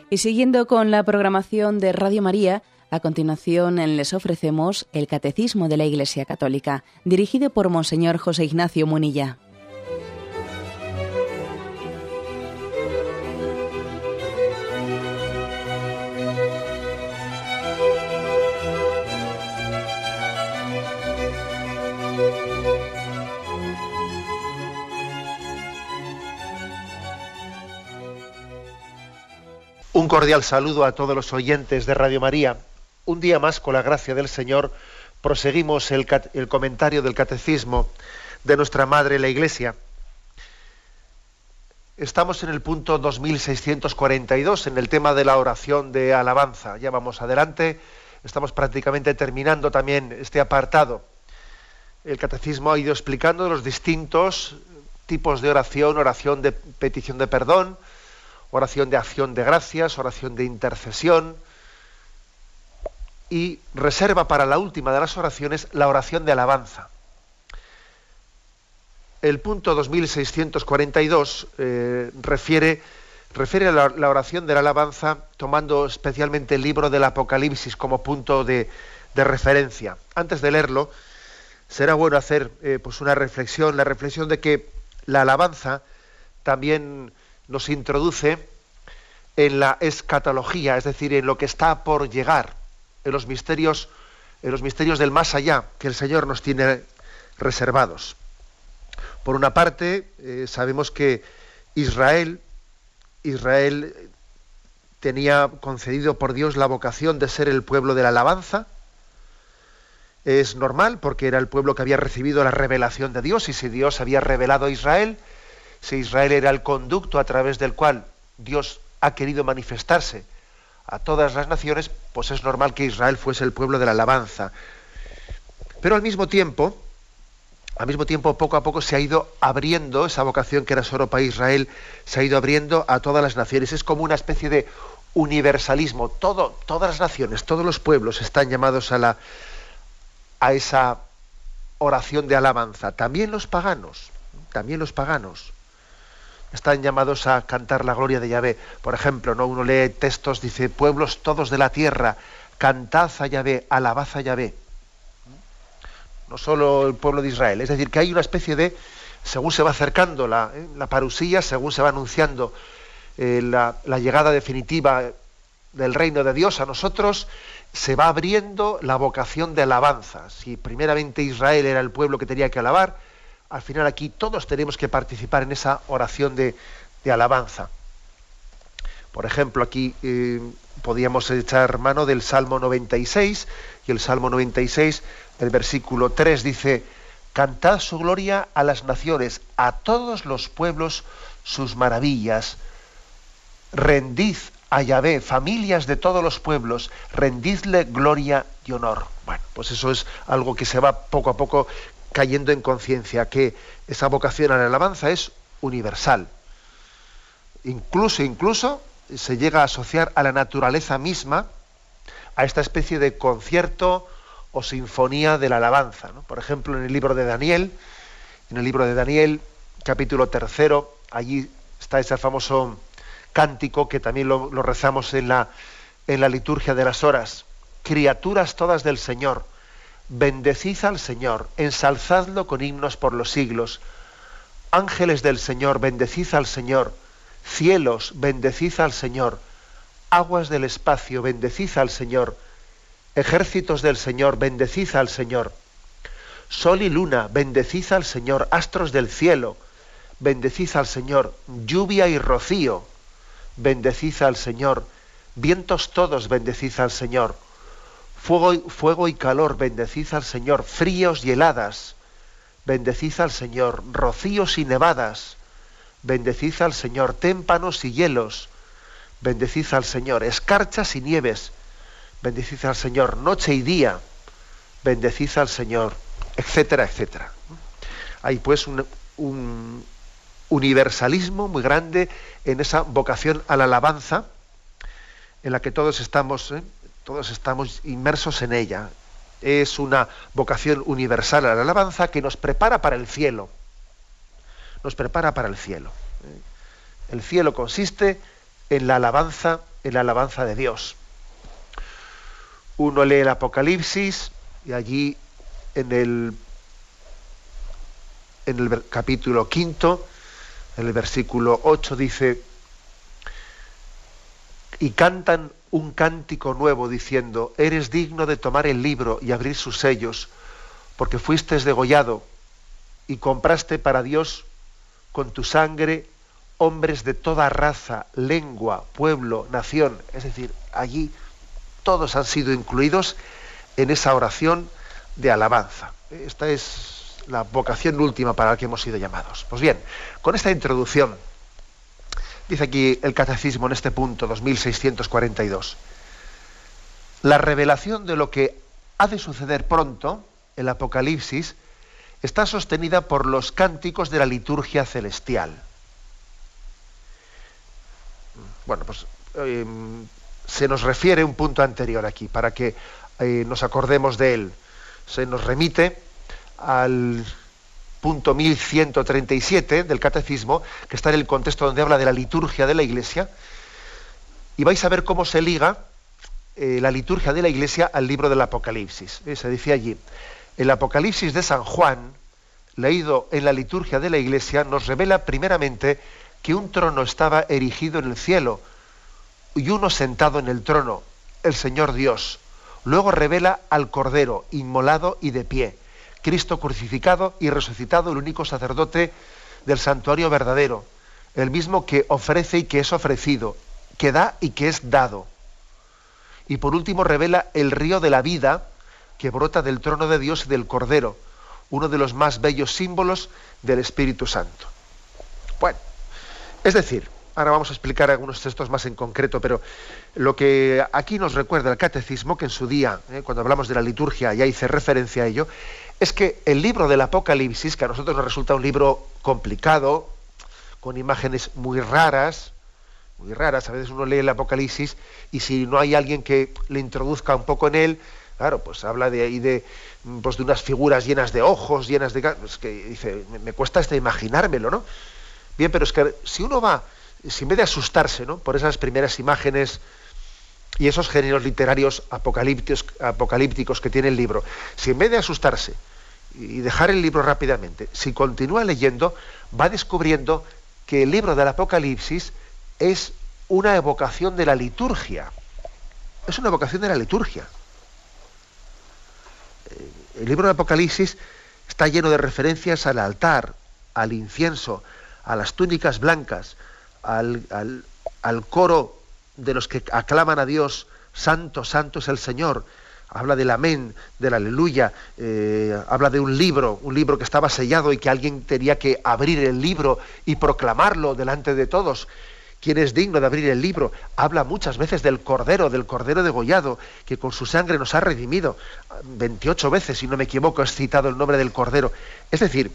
Y siguiendo con la programación de Radio María, a continuación les ofrecemos el Catecismo de la Iglesia Católica, dirigido por Monseñor José Ignacio Munilla. Un cordial saludo a todos los oyentes de Radio María. Un día más, con la gracia del Señor, proseguimos el comentario del Catecismo de nuestra Madre la Iglesia. Estamos en el punto 2642, en el tema de la oración de alabanza. Ya vamos adelante, estamos prácticamente terminando también este apartado. El Catecismo ha ido explicando los distintos tipos de oración: oración de petición de perdón, oración de acción de gracias, oración de intercesión, y reserva para la última de las oraciones la oración de alabanza. El punto 2642 refiere a la oración de la alabanza, tomando especialmente el libro del Apocalipsis como punto de referencia. Antes de leerlo, será bueno hacer pues una reflexión, la reflexión de que la alabanza también nos introduce en la escatología, es decir, en lo que está por llegar, en los misterios del más allá que el Señor nos tiene reservados. Por una parte, sabemos que Israel tenía concedido por Dios la vocación de ser el pueblo de la alabanza. Es normal, porque era el pueblo que había recibido la revelación de Dios, y si Dios había revelado a Israel, si Israel era el conducto a través del cual Dios ha querido manifestarse a todas las naciones, pues es normal que Israel fuese el pueblo de la alabanza. Pero al mismo tiempo, poco a poco se ha ido abriendo esa vocación que era solo para Israel, se ha ido abriendo a todas las naciones. Es como una especie de universalismo. Todas las naciones, todos los pueblos están llamados a esa oración de alabanza. También los paganos están llamados a cantar la gloria de Yahvé. Por ejemplo, ¿no? Uno lee textos, dice: pueblos todos de la tierra, cantad a Yahvé, alabad a Yahvé. No solo el pueblo de Israel. Es decir, que hay una especie de, según se va acercando la parusía, según se va anunciando la llegada definitiva del reino de Dios a nosotros, se va abriendo la vocación de alabanza. Si primeramente Israel era el pueblo que tenía que alabar, al final aquí todos tenemos que participar en esa oración de alabanza. Por ejemplo, aquí podíamos echar mano del Salmo 96, y el Salmo 96, el versículo 3 dice: cantad su gloria a las naciones, a todos los pueblos sus maravillas. Rendid a Yahvé, familias de todos los pueblos, rendidle gloria y honor. Bueno, pues eso es algo que se va poco a poco cayendo en conciencia, que esa vocación a la alabanza es universal. Incluso se llega a asociar a la naturaleza misma, a esta especie de concierto o sinfonía de la alabanza, ¿no? Por ejemplo, en el libro de Daniel, capítulo 3, allí está ese famoso cántico que también lo rezamos en la liturgia de las horas: criaturas todas del Señor, bendecid al Señor, ensalzadlo con himnos por los siglos. Ángeles del Señor, bendecid al Señor. Cielos, bendecid al Señor. Aguas del espacio, bendecid al Señor. Ejércitos del Señor, bendecid al Señor. Sol y luna, bendecid al Señor. Astros del cielo, bendecid al Señor. Lluvia y rocío, bendecid al Señor. Vientos todos, bendecid al Señor. Fuego y calor, bendecid al Señor. Fríos y heladas, bendecid al Señor. Rocíos y nevadas, bendecid al Señor. Témpanos y hielos, bendecid al Señor. Escarchas y nieves, bendecid al Señor. Noche y día, bendecid al Señor, etcétera, etcétera. Hay pues un universalismo muy grande en esa vocación a la alabanza, en la que todos estamos inmersos en ella. Es una vocación universal a la alabanza que nos prepara para el cielo. El cielo consiste en la alabanza en la alabanza de Dios. Uno lee el Apocalipsis y allí en el capítulo 5, en el versículo 8 dice: y cantan un cántico nuevo diciendo: eres digno de tomar el libro y abrir sus sellos, porque fuiste degollado y compraste para Dios con tu sangre hombres de toda raza, lengua, pueblo, nación. Es decir, allí todos han sido incluidos en esa oración de alabanza. Esta es la vocación última para la que hemos sido llamados. Pues bien, con esta introducción, dice aquí el Catecismo en este punto 2642, la revelación de lo que ha de suceder pronto, el Apocalipsis, está sostenida por los cánticos de la liturgia celestial. Bueno, pues se nos refiere un punto anterior aquí, para que nos acordemos de él. Se nos remite al punto 1137 del Catecismo, que está en el contexto donde habla de la liturgia de la Iglesia, y vais a ver cómo se liga la liturgia de la Iglesia al libro del Apocalipsis. Se dice allí: el Apocalipsis de San Juan, leído en la liturgia de la Iglesia, nos revela primeramente que un trono estaba erigido en el cielo y uno sentado en el trono, el Señor Dios. Luego revela al Cordero, inmolado y de pie, Cristo crucificado y resucitado, el único sacerdote del santuario verdadero, el mismo que ofrece y que es ofrecido, que da y que es dado. Y por último revela el río de la vida que brota del trono de Dios y del Cordero, uno de los más bellos símbolos del Espíritu Santo. Bueno, es decir, ahora vamos a explicar algunos textos más en concreto, pero lo que aquí nos recuerda el Catecismo, que en su día, cuando hablamos de la liturgia, ya hice referencia a ello, es que el libro del Apocalipsis, que a nosotros nos resulta un libro complicado, con imágenes muy raras, a veces uno lee el Apocalipsis y si no hay alguien que le introduzca un poco en él, claro, pues habla de unas figuras llenas de ojos, llenas de... Es que dice, me cuesta hasta imaginármelo, ¿no? Bien, pero es que si uno va, si en vez de asustarse, ¿no?, por esas primeras imágenes y esos géneros literarios apocalípticos que tiene el libro, si en vez de asustarse y dejar el libro rápidamente, si continúa leyendo, va descubriendo que el libro del Apocalipsis es una evocación de la liturgia. Es una evocación de la liturgia. El libro del Apocalipsis está lleno de referencias al altar, al incienso, a las túnicas blancas, al coro de los que aclaman a Dios: santo, santo es el Señor. Habla del amén, del aleluya, habla de un libro que estaba sellado y que alguien tenía que abrir el libro y proclamarlo delante de todos. ¿Quién es digno de abrir el libro? Habla muchas veces del Cordero degollado, que con su sangre nos ha redimido. 28 veces, si no me equivoco, es citado el nombre del Cordero. Es decir,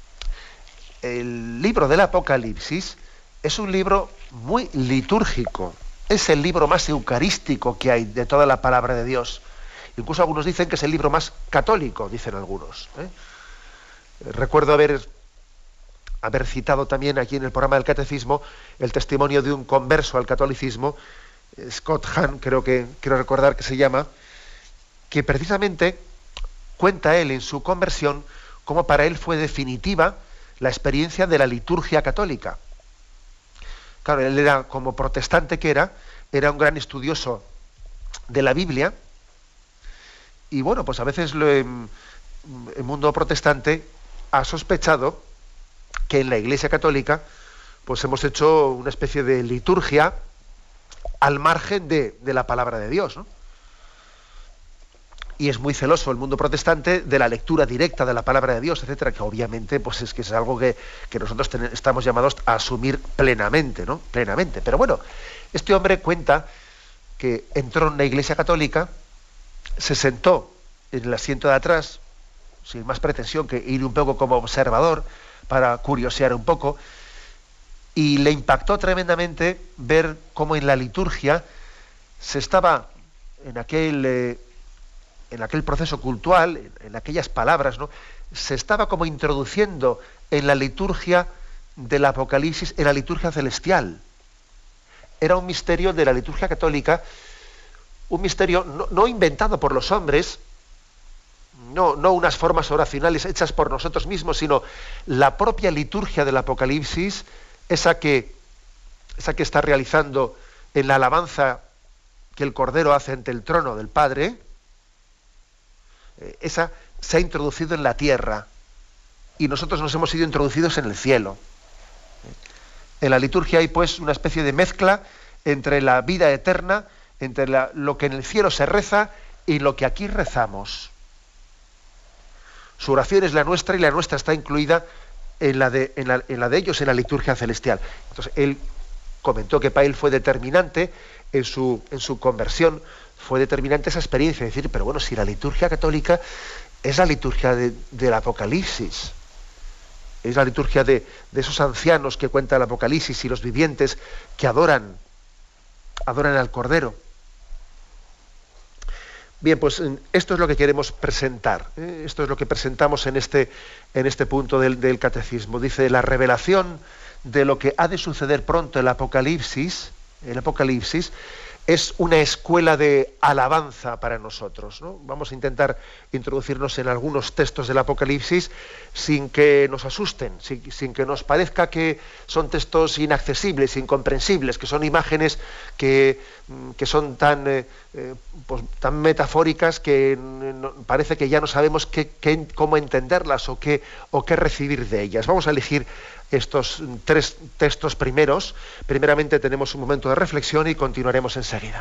el libro del Apocalipsis es un libro muy litúrgico. Es el libro más eucarístico que hay de toda la palabra de Dios. Incluso algunos dicen que es el libro más católico, dicen algunos. Recuerdo haber citado también aquí en el programa del Catecismo el testimonio de un converso al catolicismo, Scott Hahn, quiero recordar que se llama, que precisamente cuenta él en su conversión cómo para él fue definitiva la experiencia de la liturgia católica. Claro, él era, como protestante que era un gran estudioso de la Biblia, y bueno, pues a veces el mundo protestante ha sospechado que en la Iglesia Católica pues hemos hecho una especie de liturgia al margen de la palabra de Dios, ¿no? Y es muy celoso el mundo protestante de la lectura directa de la palabra de Dios, etcétera, que obviamente pues es que es algo que nosotros estamos llamados a asumir plenamente, ¿no? Plenamente. Pero bueno, este hombre cuenta que entró en la Iglesia Católica, se sentó en el asiento de atrás, sin más pretensión que ir un poco como observador, para curiosear un poco, y le impactó tremendamente ver cómo en la liturgia se estaba, en aquel proceso cultural, en aquellas palabras, ¿no?, se estaba como introduciendo en la liturgia del Apocalipsis, en la liturgia celestial. era un misterio de la liturgia católica, un misterio no inventado por los hombres, no unas formas oracionales hechas por nosotros mismos, sino la propia liturgia del Apocalipsis, esa que está realizando en la alabanza que el Cordero hace ante el trono del Padre, esa se ha introducido en la tierra y nosotros nos hemos sido introducidos en el cielo. En la liturgia hay pues una especie de mezcla entre la vida eterna, entre lo que en el cielo se reza y lo que aquí rezamos. Su oración es la nuestra y la nuestra está incluida en la de ellos, en la liturgia celestial. Entonces él comentó que para él fue determinante en su conversión, fue determinante esa experiencia de decir, pero bueno, si la liturgia católica es la liturgia del Apocalipsis, es la liturgia de esos ancianos que cuenta el Apocalipsis y los vivientes que adoran al Cordero. Bien, pues esto es lo que queremos presentar. Esto es lo que presentamos en este punto del catecismo. Dice, la revelación de lo que ha de suceder pronto el Apocalipsis es una escuela de alabanza para nosotros, ¿no? Vamos a intentar introducirnos en algunos textos del Apocalipsis sin que nos asusten, sin que nos parezca que son textos inaccesibles, incomprensibles, que son imágenes que son tan metafóricas que parece que ya no sabemos cómo entenderlas o qué recibir de ellas. Vamos a elegir estos 3 textos primeros. Primeramente tenemos un momento de reflexión y continuaremos enseguida.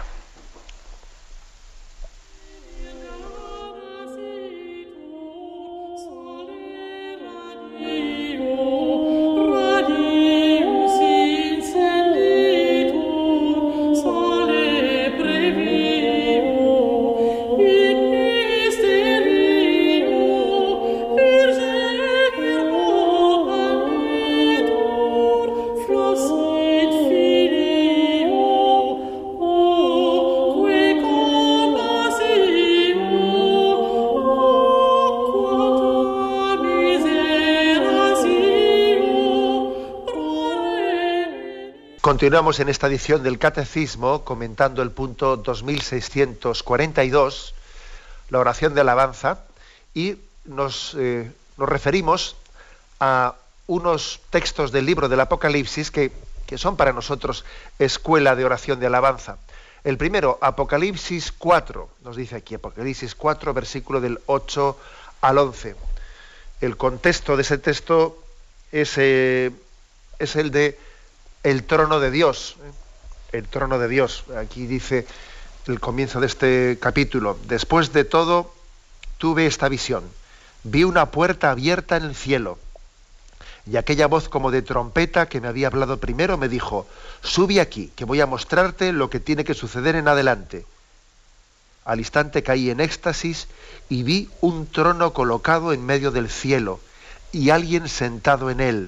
Continuamos en esta edición del Catecismo comentando el punto 2642, la oración de alabanza, y nos referimos a unos textos del libro del Apocalipsis que son para nosotros escuela de oración de alabanza. El primero, Apocalipsis 4, nos dice aquí, Apocalipsis 4, versículo del 8 al 11. El contexto de ese texto es el de el trono de Dios. El trono de Dios. Aquí dice el comienzo de este capítulo: después de todo, tuve esta visión. Vi una puerta abierta en el cielo, y aquella voz como de trompeta que me había hablado primero me dijo: sube aquí, que voy a mostrarte lo que tiene que suceder en adelante. Al instante caí en éxtasis y vi un trono colocado en medio del cielo y alguien sentado en él.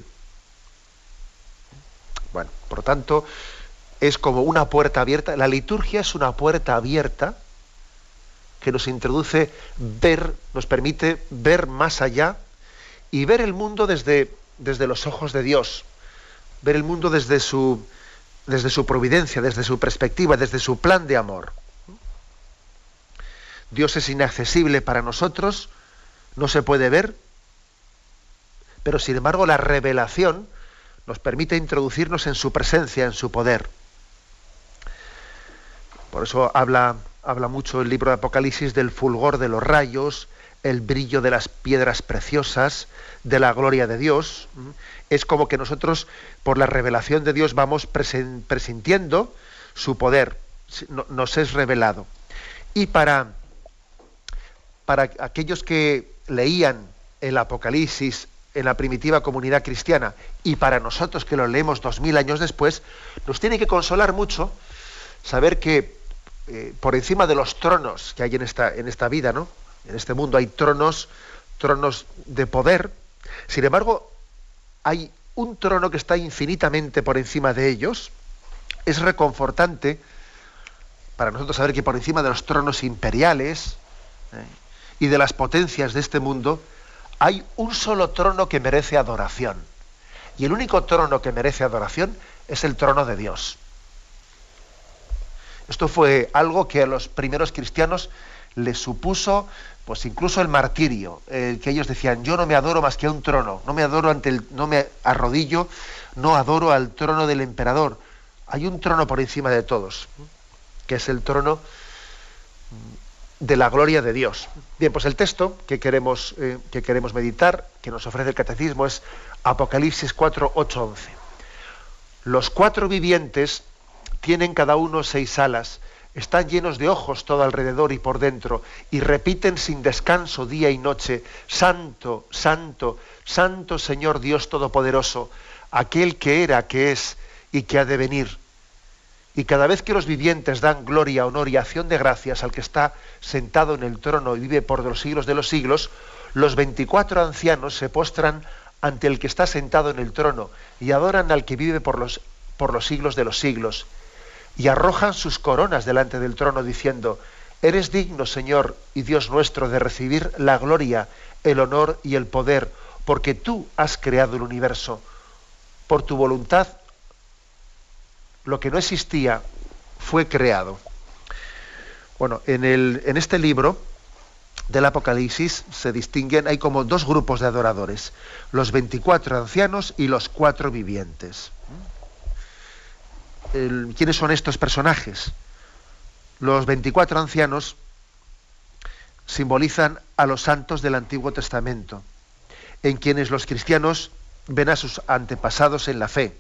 Bueno, por tanto, es como una puerta abierta. La liturgia es una puerta abierta que nos introduce nos permite ver más allá y ver el mundo desde los ojos de Dios, ver el mundo desde su providencia, desde su perspectiva, desde su plan de amor. Dios es inaccesible para nosotros, no se puede ver, pero sin embargo la revelación nos permite introducirnos en su presencia, en su poder. Por eso habla mucho el libro de Apocalipsis del fulgor de los rayos, el brillo de las piedras preciosas, de la gloria de Dios. Es como que nosotros, por la revelación de Dios, vamos presintiendo su poder, nos es revelado. Y para aquellos que leían el Apocalipsis en la primitiva comunidad cristiana, y para nosotros que lo leemos 2000 años después, nos tiene que consolar mucho saber que por encima de los tronos que hay en esta vida, ¿no? En este mundo hay tronos de poder. Sin embargo, hay un trono que está infinitamente por encima de ellos. Es reconfortante para nosotros saber que por encima de los tronos imperiales y de las potencias de este mundo, hay un solo trono que merece adoración. Y el único trono que merece adoración es el trono de Dios. Esto fue algo que a los primeros cristianos les supuso, pues incluso el martirio, que ellos decían: yo no me adoro más que a un trono, no me adoro no me arrodillo, no adoro al trono del emperador. Hay un trono por encima de todos, que es el trono de la gloria de Dios. Bien, pues el texto que queremos meditar, que nos ofrece el catecismo, es Apocalipsis 4, 8, 11. Los cuatro vivientes tienen cada uno 6 alas, están llenos de ojos todo alrededor y por dentro, y repiten sin descanso día y noche: Santo, Santo, Santo Señor Dios Todopoderoso, aquel que era, que es y que ha de venir. Y cada vez que los vivientes dan gloria, honor y acción de gracias al que está sentado en el trono y vive por los siglos de los siglos, los 24 ancianos se postran ante el que está sentado en el trono y adoran al que vive por los siglos de los siglos. Y arrojan sus coronas delante del trono diciendo: Eres digno, Señor y Dios nuestro, de recibir la gloria, el honor y el poder, porque tú has creado el universo. Por tu voluntad, lo que no existía fue creado. Bueno, en este libro del Apocalipsis se distinguen, hay como 2 grupos de adoradores: los 24 ancianos y los 4 vivientes. ¿Quiénes son estos personajes? Los 24 ancianos simbolizan a los santos del Antiguo Testamento, en quienes los cristianos ven a sus antepasados en la fe.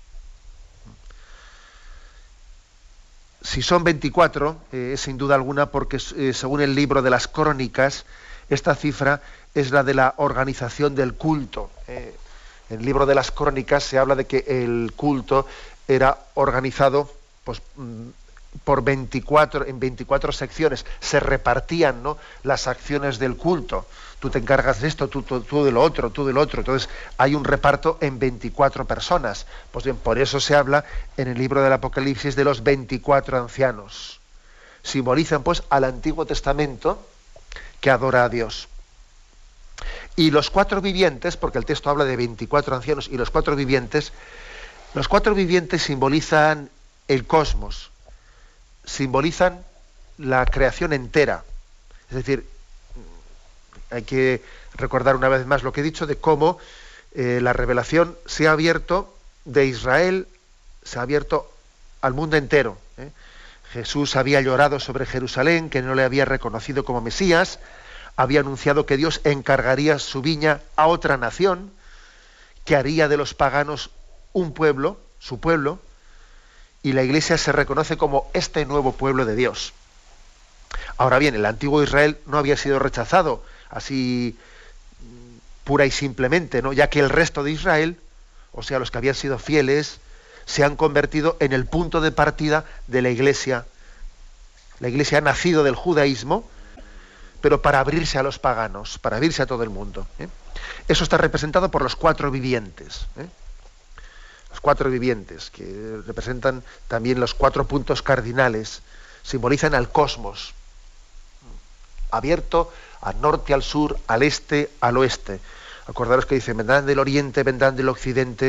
Si son 24, es sin duda alguna porque según el libro de las Crónicas, esta cifra es la de la organización del culto. En el libro de las Crónicas se habla de que el culto era organizado, pues, por 24, en 24 secciones. Se repartían, ¿no?, las acciones del culto. Tú te encargas de esto, tú de lo otro, tú del otro. Entonces hay un reparto en 24 personas. Pues bien, por eso se habla en el libro del Apocalipsis de los 24 ancianos. Simbolizan pues al Antiguo Testamento que adora a Dios. Y los 4 vivientes, porque el texto habla de 24 ancianos y los 4 vivientes simbolizan el cosmos, simbolizan la creación entera. Es decir, hay que recordar una vez más lo que he dicho de cómo la revelación se ha abierto de Israel, se ha abierto al mundo entero. Jesús había llorado sobre Jerusalén, que no le había reconocido como Mesías, había anunciado que Dios encargaría su viña a otra nación, que haría de los paganos un pueblo, su pueblo, y la Iglesia se reconoce como este nuevo pueblo de Dios. Ahora bien, el antiguo Israel no había sido rechazado así pura y simplemente, ¿no?, ya que el resto de Israel, o sea, los que habían sido fieles, se han convertido en el punto de partida de la Iglesia. La Iglesia ha nacido del judaísmo, pero para abrirse a los paganos, para abrirse a todo el mundo. Eso está representado por los 4 vivientes. Los 4 vivientes, que representan también los 4 puntos cardinales, simbolizan al cosmos, abierto al norte, al sur, al este, al oeste. Acordaros que dice: vendrán del oriente, vendrán del occidente.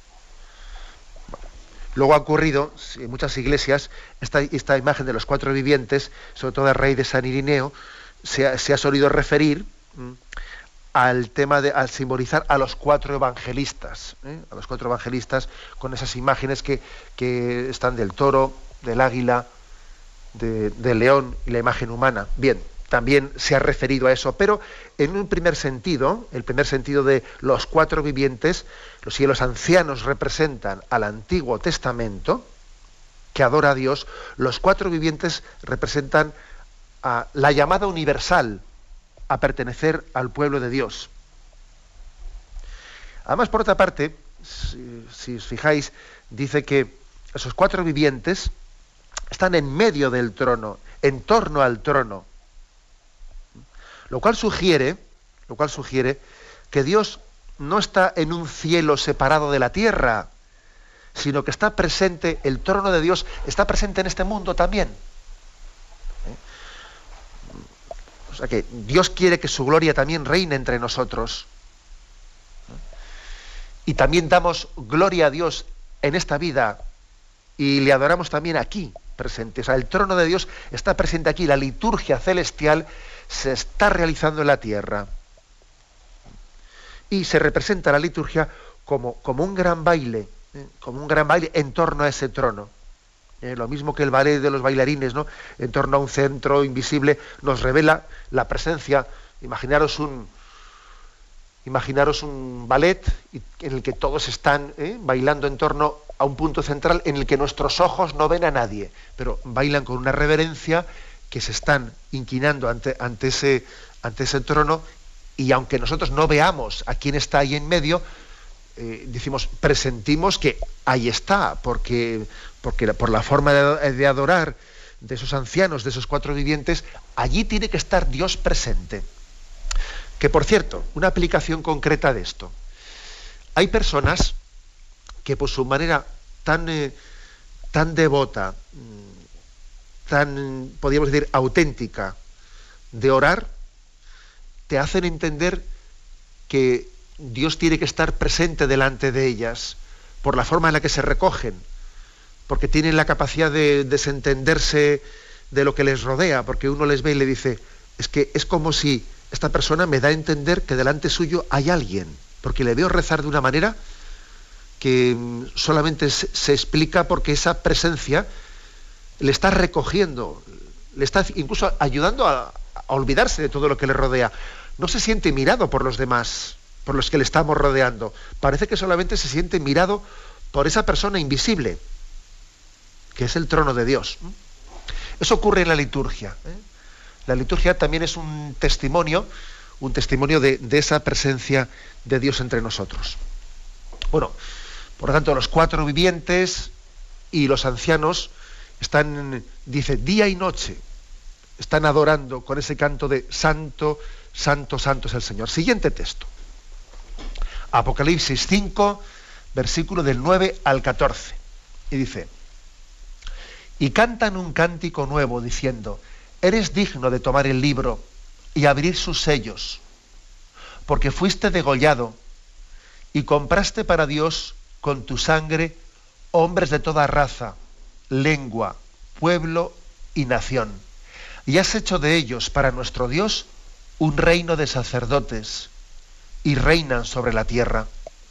Luego ha ocurrido en muchas iglesias esta imagen de los 4 vivientes, sobre todo el rey de San Irineo, se ha solido referir al tema al simbolizar a los 4 evangelistas, a los 4 evangelistas, con esas imágenes que están del toro, del águila, del león y la imagen humana. Bien, también se ha referido a eso, pero en un primer sentido, el primer sentido de los 4 vivientes, los ancianos representan al Antiguo Testamento, que adora a Dios. Los 4 vivientes representan a la llamada universal a pertenecer al pueblo de Dios. Además, por otra parte, si os fijáis, dice que esos 4 vivientes están en medio del trono, en torno al trono, lo cual sugiere que Dios no está en un cielo separado de la tierra, sino que está presente, el trono de Dios está presente en este mundo también. O sea que Dios quiere que su gloria también reine entre nosotros. Y también damos gloria a Dios en esta vida y le adoramos también aquí, presente. O sea, el trono de Dios está presente aquí. La liturgia celestial se está realizando en la tierra. Y se representa la liturgia como un gran baile, como un gran baile en torno a ese trono. Lo mismo que el ballet de los bailarines, ¿no? En torno a un centro invisible, nos revela la presencia. Imaginaros un ballet en el que todos están bailando en torno a un punto central en el que nuestros ojos no ven a nadie, pero bailan con una reverencia, que se están inclinando ante ese trono, y aunque nosotros no veamos a quién está ahí en medio, presentimos que ahí está, porque por la forma de adorar de esos ancianos, de esos cuatro vivientes, allí tiene que estar Dios presente. Que, por cierto, una aplicación concreta de esto. Hay personas que por su manera tan devota, tan, podríamos decir, auténtica de orar, te hacen entender que Dios tiene que estar presente delante de ellas, por la forma en la que se recogen, porque tienen la capacidad de desentenderse de lo que les rodea, porque uno les ve y le dice, es que es como si esta persona me da a entender que delante suyo hay alguien, porque le veo rezar de una manera que solamente se explica porque esa presencia le está recogiendo, le está incluso ayudando a olvidarse de todo lo que le rodea. No se siente mirado por los demás, por los que le estamos rodeando. Parece que solamente se siente mirado por esa persona invisible, que es el trono de Dios. Eso ocurre en la liturgia. La liturgia también es un testimonio de esa presencia de Dios entre nosotros. Bueno, por lo tanto, los cuatro vivientes y los ancianos están, dice, día y noche, están adorando con ese canto de Santo, Santo, Santo es el Señor. Siguiente texto. Apocalipsis 5, versículo del 9 al 14. Y dice, y cantan un cántico nuevo diciendo, eres digno de tomar el libro y abrir sus sellos, porque fuiste degollado y compraste para Dios con tu sangre hombres de toda raza, lengua, pueblo y nación. Y has hecho de ellos para nuestro Dios un reino de sacerdotes, y reinan sobre la tierra.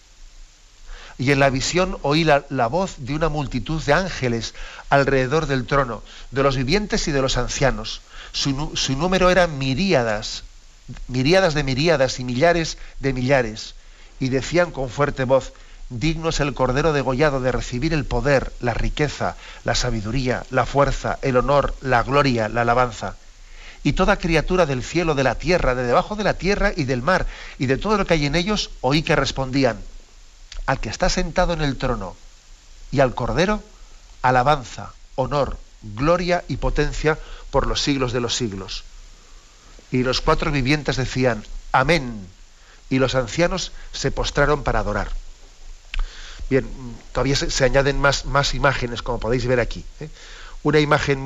Y en la visión oí la voz de una multitud de ángeles alrededor del trono, de los vivientes y de los ancianos. Su número eran miríadas, miríadas de miríadas y millares de millares. Y decían con fuerte voz, digno es el Cordero degollado de recibir el poder, la riqueza, la sabiduría, la fuerza, el honor, la gloria, la alabanza. Y toda criatura del cielo, de la tierra, de debajo de la tierra y del mar, y de todo lo que hay en ellos, oí que respondían, al que está sentado en el trono y al Cordero, alabanza, honor, gloria y potencia por los siglos de los siglos. Y los cuatro vivientes decían, amén, y los ancianos se postraron para adorar. Bien, todavía se añaden más imágenes, como podéis ver aquí. Una imagen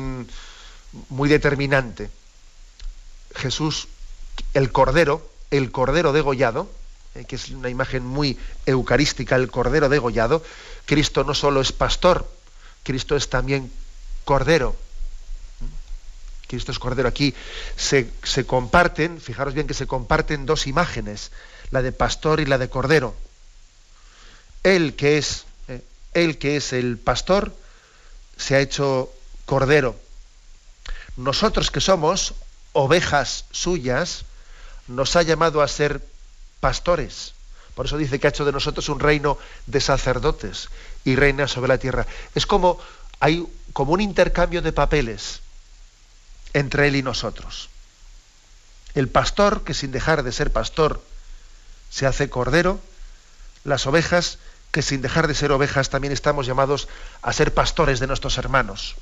muy determinante. Jesús, el Cordero degollado, que es una imagen muy eucarística, el Cordero degollado. Cristo no solo es pastor, Cristo es también Cordero. Cristo es Cordero. Aquí se comparten, fijaros bien que se comparten dos imágenes, la de pastor y la de Cordero. Él que es el pastor se ha hecho Cordero. Nosotros que somos ovejas suyas, nos ha llamado a ser pastores. Por eso dice que ha hecho de nosotros un reino de sacerdotes y reina sobre la tierra. Es como hay como un intercambio de papeles entre él y nosotros. El pastor, que sin dejar de ser pastor se hace cordero, las ovejas, que sin dejar de ser ovejas también estamos llamados a ser pastores de nuestros hermanos.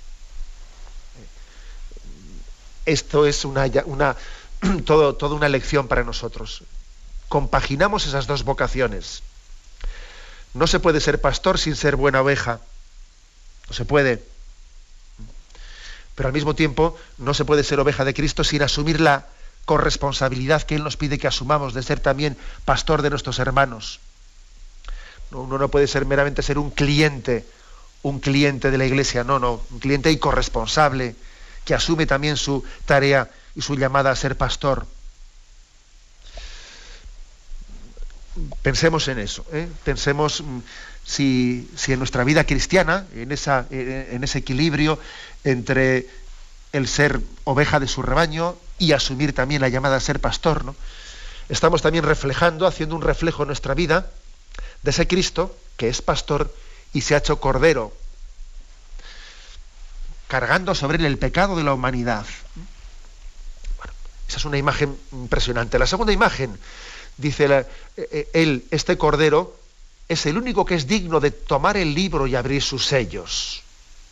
Esto es toda una lección para nosotros. Compaginamos esas dos vocaciones. No se puede ser pastor sin ser buena oveja. No se puede. Pero al mismo tiempo no se puede ser oveja de Cristo sin asumir la corresponsabilidad que Él nos pide que asumamos de ser también pastor de nuestros hermanos. Uno no puede ser meramente ser un cliente un cliente de la Iglesia, no, un cliente y corresponsable que asume también su tarea y su llamada a ser pastor. Pensemos en eso, pensemos si en nuestra vida cristiana, en ese equilibrio entre el ser oveja de su rebaño y asumir también la llamada a ser pastor, ¿no? Estamos también reflejando, haciendo un reflejo en nuestra vida de ese Cristo que es pastor y se ha hecho cordero, cargando sobre él el pecado de la humanidad. Bueno, esa es una imagen impresionante. La segunda imagen, dice este cordero es el único que es digno de tomar el libro y abrir sus sellos.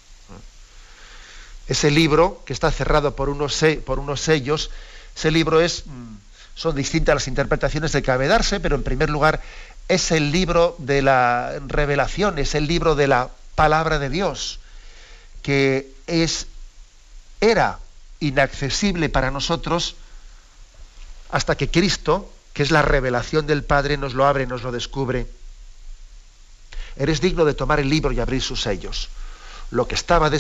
Ese libro, que está cerrado por unos sellos, ese libro son distintas las interpretaciones de que cabe darse, pero en primer lugar es el libro de la revelación, es el libro de la palabra de Dios, que era inaccesible para nosotros hasta que Cristo, que es la revelación del Padre, nos lo abre, nos lo descubre. Eres digno de tomar el libro y abrir sus sellos. Lo que estaba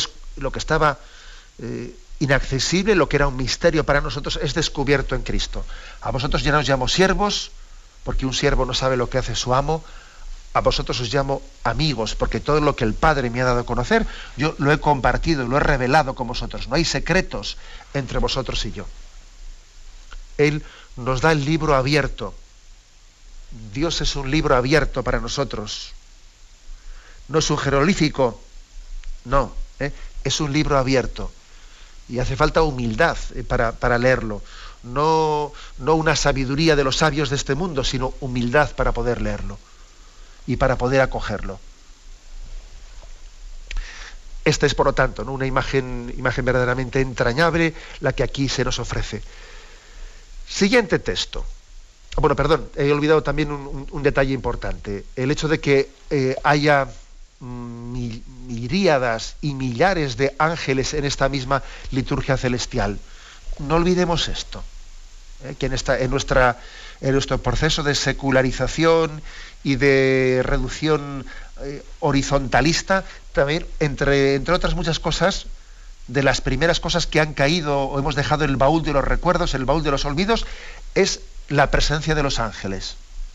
inaccesible, lo que era un misterio para nosotros, es descubierto en Cristo. A vosotros ya no os llamo siervos, porque un siervo no sabe lo que hace su amo. A vosotros os llamo amigos, porque todo lo que el Padre me ha dado a conocer, yo lo he compartido, lo he revelado con vosotros. No hay secretos entre vosotros y yo. Él nos da el libro abierto. Dios es un libro abierto para nosotros. No es un jeroglífico, no, es un libro abierto. Y hace falta humildad para leerlo. No una sabiduría de los sabios de este mundo, sino humildad para poder leerlo y para poder acogerlo. Esta es, por lo tanto, ¿no?, una imagen verdaderamente entrañable, la que aquí se nos ofrece. Siguiente texto. Bueno, perdón, he olvidado también un detalle importante. El hecho de que haya miríadas y millares de ángeles en esta misma liturgia celestial. No olvidemos esto, que en nuestro proceso de secularización y de reducción horizontalista, también, entre otras muchas cosas, de las primeras cosas que han caído o hemos dejado en el baúl de los recuerdos, el baúl de los olvidos, es la presencia de los ángeles.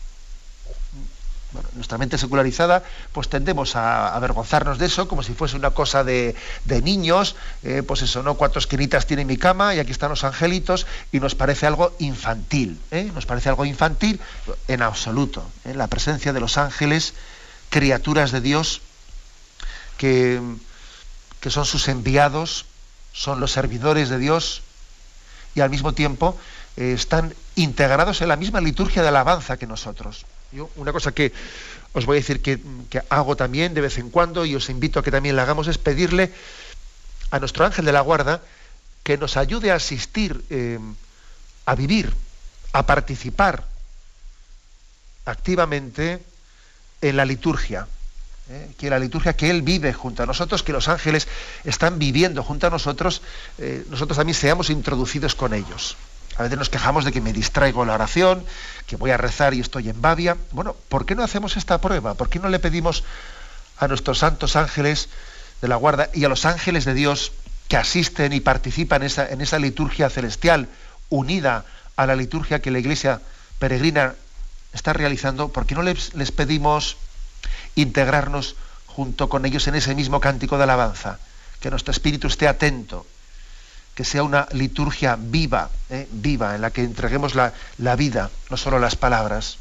Bueno, nuestra mente secularizada, pues tendemos a avergonzarnos de eso, como si fuese una cosa de niños, pues eso, ¿no? 4 esquinitas tiene mi cama y aquí están los angelitos, y nos parece algo infantil, nos parece algo infantil en absoluto. La presencia de los ángeles, criaturas de Dios, que son sus enviados, son los servidores de Dios, y al mismo tiempo están integrados en la misma liturgia de alabanza que nosotros. Yo, una cosa que os voy a decir que hago también de vez en cuando, y os invito a que también la hagamos, es pedirle a nuestro ángel de la guarda que nos ayude a asistir, a vivir, a participar activamente en la liturgia. Que la liturgia que Él vive junto a nosotros, que los ángeles están viviendo junto a nosotros, nosotros también seamos introducidos con ellos. A veces nos quejamos de que me distraigo en la oración, que voy a rezar y estoy en babia. Bueno, ¿por qué no hacemos esta prueba? ¿Por qué no le pedimos a nuestros santos ángeles de la guarda y a los ángeles de Dios que asisten y participan en esa liturgia celestial unida a la liturgia que la Iglesia peregrina está realizando? ¿Por qué no les pedimos integrarnos junto con ellos en ese mismo cántico de alabanza? Que nuestro espíritu esté atento, que sea una liturgia viva, en la que entreguemos la vida, no solo las palabras.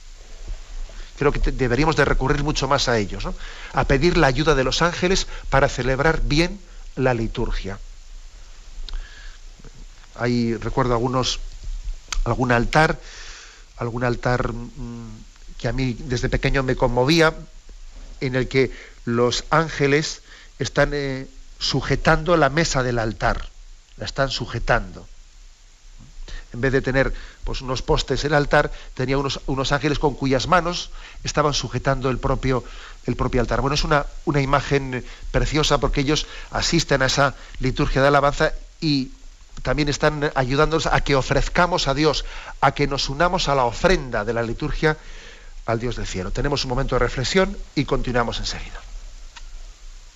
Creo que deberíamos de recurrir mucho más a ellos, ¿no? A pedir la ayuda de los ángeles para celebrar bien la liturgia. Ahí recuerdo algún altar que a mí desde pequeño me conmovía, en el que los ángeles están sujetando la mesa del altar. La están sujetando. En vez de tener pues unos postes en el altar, tenía unos ángeles con cuyas manos estaban sujetando el propio altar. Bueno, es una imagen preciosa, porque ellos asisten a esa liturgia de alabanza y también están ayudándonos a que ofrezcamos a Dios, a que nos unamos a la ofrenda de la liturgia al Dios del cielo. Tenemos un momento de reflexión y continuamos enseguida.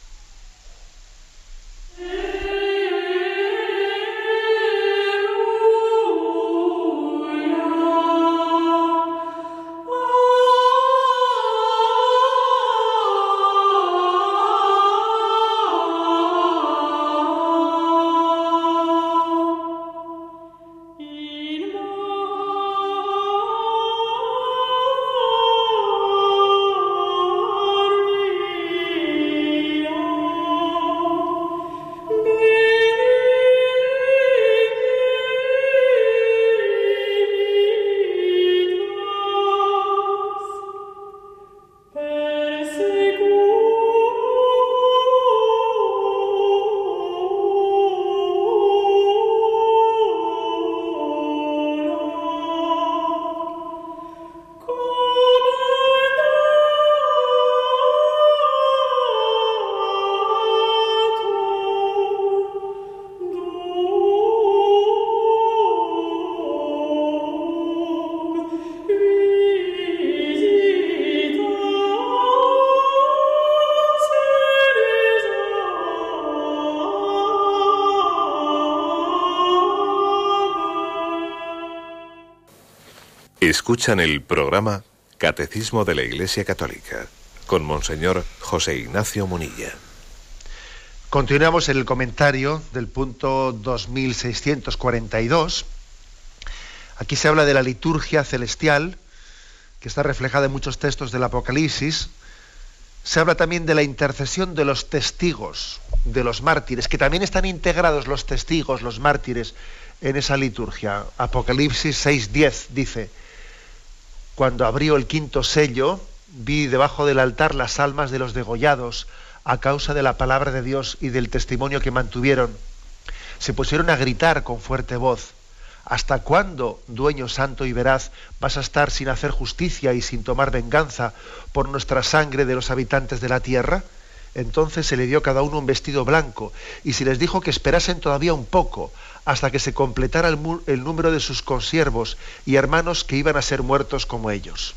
Escuchan el programa Catecismo de la Iglesia Católica con Monseñor José Ignacio Munilla. Continuamos en el comentario del punto 2642. Aquí se habla de la liturgia celestial, que está reflejada en muchos textos del Apocalipsis. Se habla también de la intercesión de los testigos, de los mártires, que también están integrados los testigos, los mártires, en esa liturgia. Apocalipsis 6:10 dice: cuando abrió el quinto sello, vi debajo del altar las almas de los degollados a causa de la palabra de Dios y del testimonio que mantuvieron. Se pusieron a gritar con fuerte voz: ¿hasta cuándo, dueño santo y veraz, vas a estar sin hacer justicia y sin tomar venganza por nuestra sangre de los habitantes de la tierra? Entonces se le dio a cada uno un vestido blanco y se les dijo que esperasen todavía un poco hasta que se completara el número de sus consiervos y hermanos que iban a ser muertos como ellos.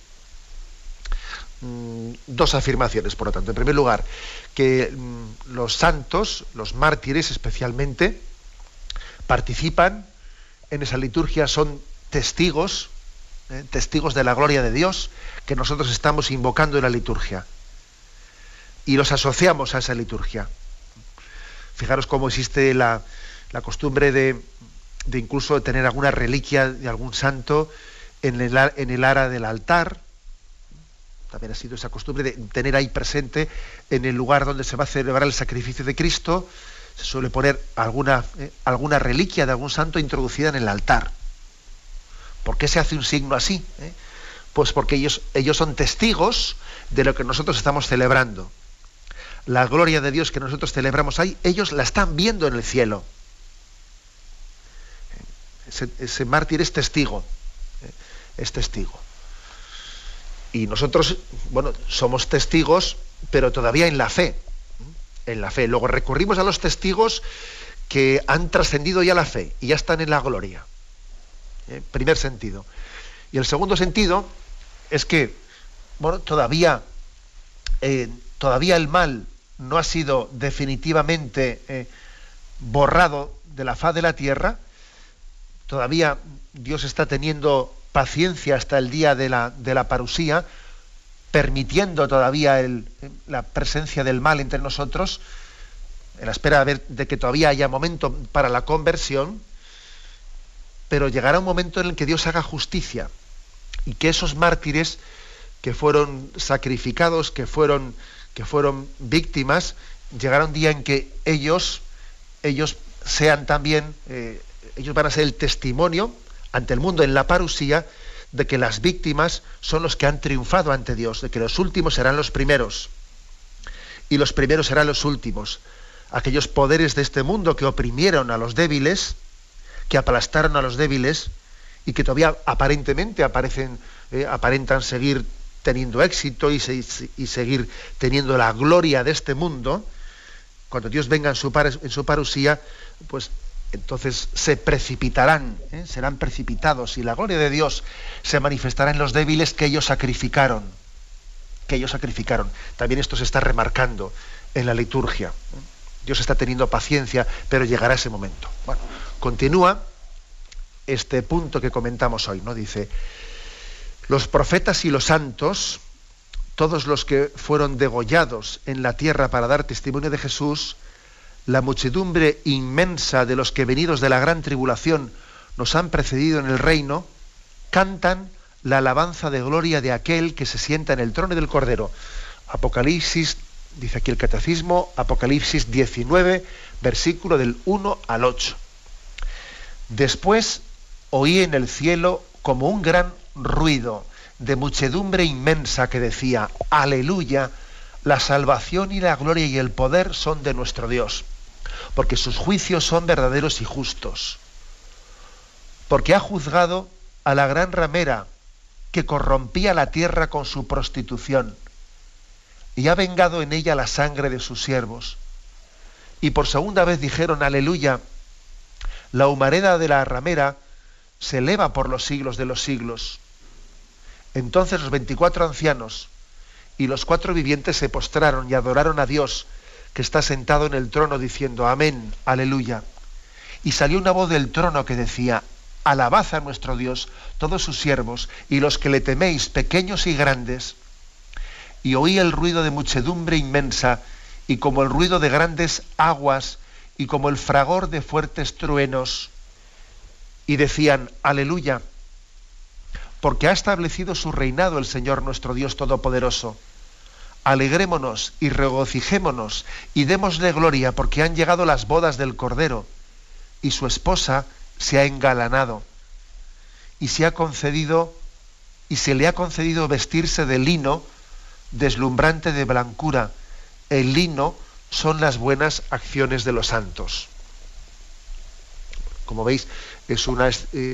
Dos afirmaciones, por lo tanto. En primer lugar, que los santos, los mártires especialmente, participan en esa liturgia, son testigos, testigos de la gloria de Dios, que nosotros estamos invocando en la liturgia. Y los asociamos a esa liturgia. Fijaros cómo existe la costumbre de incluso tener alguna reliquia de algún santo en el ara del altar. También ha sido esa costumbre de tener ahí presente, en el lugar donde se va a celebrar el sacrificio de Cristo, se suele poner alguna reliquia de algún santo introducida en el altar. ¿Por qué se hace un signo así? Pues porque ellos son testigos de lo que nosotros estamos celebrando. La gloria de Dios que nosotros celebramos ahí, ellos la están viendo en el cielo. Ese mártir es testigo. Es testigo. Y nosotros, bueno, somos testigos, pero todavía en la fe. En la fe. Luego recurrimos a los testigos que han trascendido ya la fe y ya están en la gloria. Primer sentido. Y el segundo sentido es que, bueno, todavía el mal no ha sido definitivamente borrado de la faz de la tierra. Todavía Dios está teniendo paciencia hasta el día de la parusía, permitiendo todavía la presencia del mal entre nosotros, en la espera de que todavía haya momento para la conversión, pero llegará un momento en el que Dios haga justicia y que esos mártires que fueron sacrificados, que fueron víctimas, llegará un día en que ellos sean también, ellos van a ser el testimonio ante el mundo en la parusía de que las víctimas son los que han triunfado ante Dios, de que los últimos serán los primeros y los primeros serán los últimos. Aquellos poderes de este mundo que oprimieron a los débiles, que aplastaron a los débiles y que todavía aparentemente aparentan seguir teniendo éxito y seguir teniendo la gloria de este mundo, cuando Dios venga en su parusía, pues entonces se precipitarán, serán precipitados, y la gloria de Dios se manifestará en los débiles que ellos sacrificaron. También esto se está remarcando en la liturgia. Dios está teniendo paciencia, pero llegará ese momento. Bueno, continúa este punto que comentamos hoy, ¿no? Dice: los profetas y los santos, todos los que fueron degollados en la tierra para dar testimonio de Jesús, la muchedumbre inmensa de los que venidos de la gran tribulación nos han precedido en el reino, cantan la alabanza de gloria de aquel que se sienta en el trono del Cordero. Apocalipsis, dice aquí el Catecismo, Apocalipsis 19, versículo del 1 al 8. Después oí en el cielo como un gran ruido de muchedumbre inmensa que decía: aleluya, la salvación y la gloria y el poder son de nuestro Dios, porque sus juicios son verdaderos y justos. Porque ha juzgado a la gran ramera que corrompía la tierra con su prostitución, y ha vengado en ella la sangre de sus siervos. Y por segunda vez dijeron: aleluya, la humareda de la ramera se eleva por los siglos de los siglos. Entonces los 24 ancianos y los 4 vivientes se postraron y adoraron a Dios, que está sentado en el trono, diciendo: amén, aleluya. Y salió una voz del trono que decía: Alabad a nuestro Dios, todos sus siervos, y los que le teméis, pequeños y grandes. Y oí el ruido de muchedumbre inmensa, y como el ruido de grandes aguas, y como el fragor de fuertes truenos. Y decían, aleluya, porque ha establecido su reinado el Señor nuestro Dios Todopoderoso. Alegrémonos y regocijémonos, y démosle gloria, porque han llegado las bodas del Cordero, y su esposa se ha engalanado, y se le ha concedido vestirse de lino deslumbrante de blancura. El lino son las buenas acciones de los santos. Como veis, es un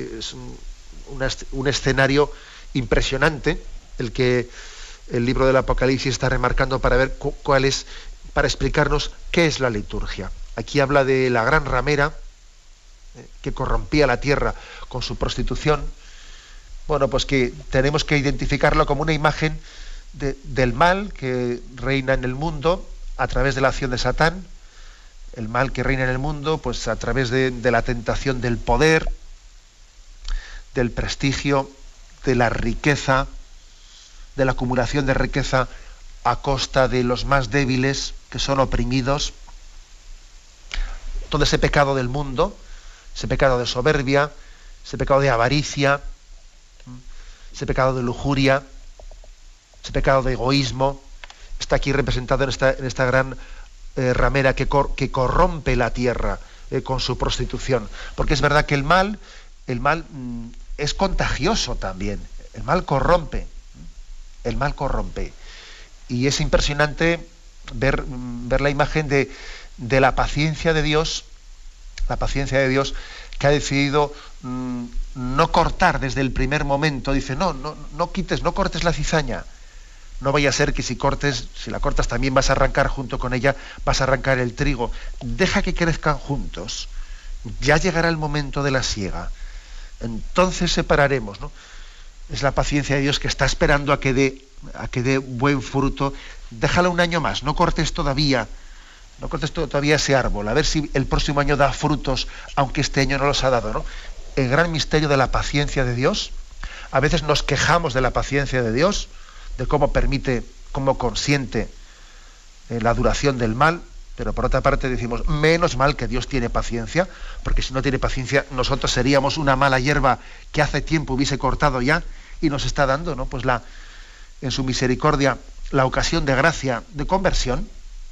escenario impresionante el que el libro del Apocalipsis está remarcando para ver para explicarnos qué es la liturgia. Aquí habla de la gran ramera que corrompía la tierra con su prostitución. Bueno, pues que tenemos que identificarlo como una imagen del mal que reina en el mundo a través de la acción de Satán, el mal que reina en el mundo pues a través de la tentación del poder, del prestigio, de la riqueza, de la acumulación de riqueza a costa de los más débiles que son oprimidos. Todo ese pecado del mundo, ese pecado de soberbia, ese pecado de avaricia, ese pecado de lujuria, ese pecado de egoísmo, está aquí representado en esta gran ramera que corrompe la tierra con su prostitución. Porque es verdad que el mal es contagioso también. El mal corrompe. Y es impresionante ver la imagen de la paciencia de Dios, que ha decidido no cortar desde el primer momento. Dice, no cortes la cizaña. No vaya a ser que si la cortas también vas a arrancar junto con ella, vas a arrancar el trigo. Deja que crezcan juntos. Ya llegará el momento de la siega. Entonces separaremos, ¿no? Es la paciencia de Dios que está esperando a que dé buen fruto. Déjala un año más, no cortes todavía ese árbol, a ver si el próximo año da frutos, aunque este año no los ha dado, ¿no? El gran misterio de la paciencia de Dios. A veces nos quejamos de la paciencia de Dios, de cómo consiente la duración del mal, pero por otra parte decimos, menos mal que Dios tiene paciencia, porque si no tiene paciencia nosotros seríamos una mala hierba que hace tiempo hubiese cortado ya, y nos está dando, ¿no? Pues en su misericordia la ocasión de gracia de conversión,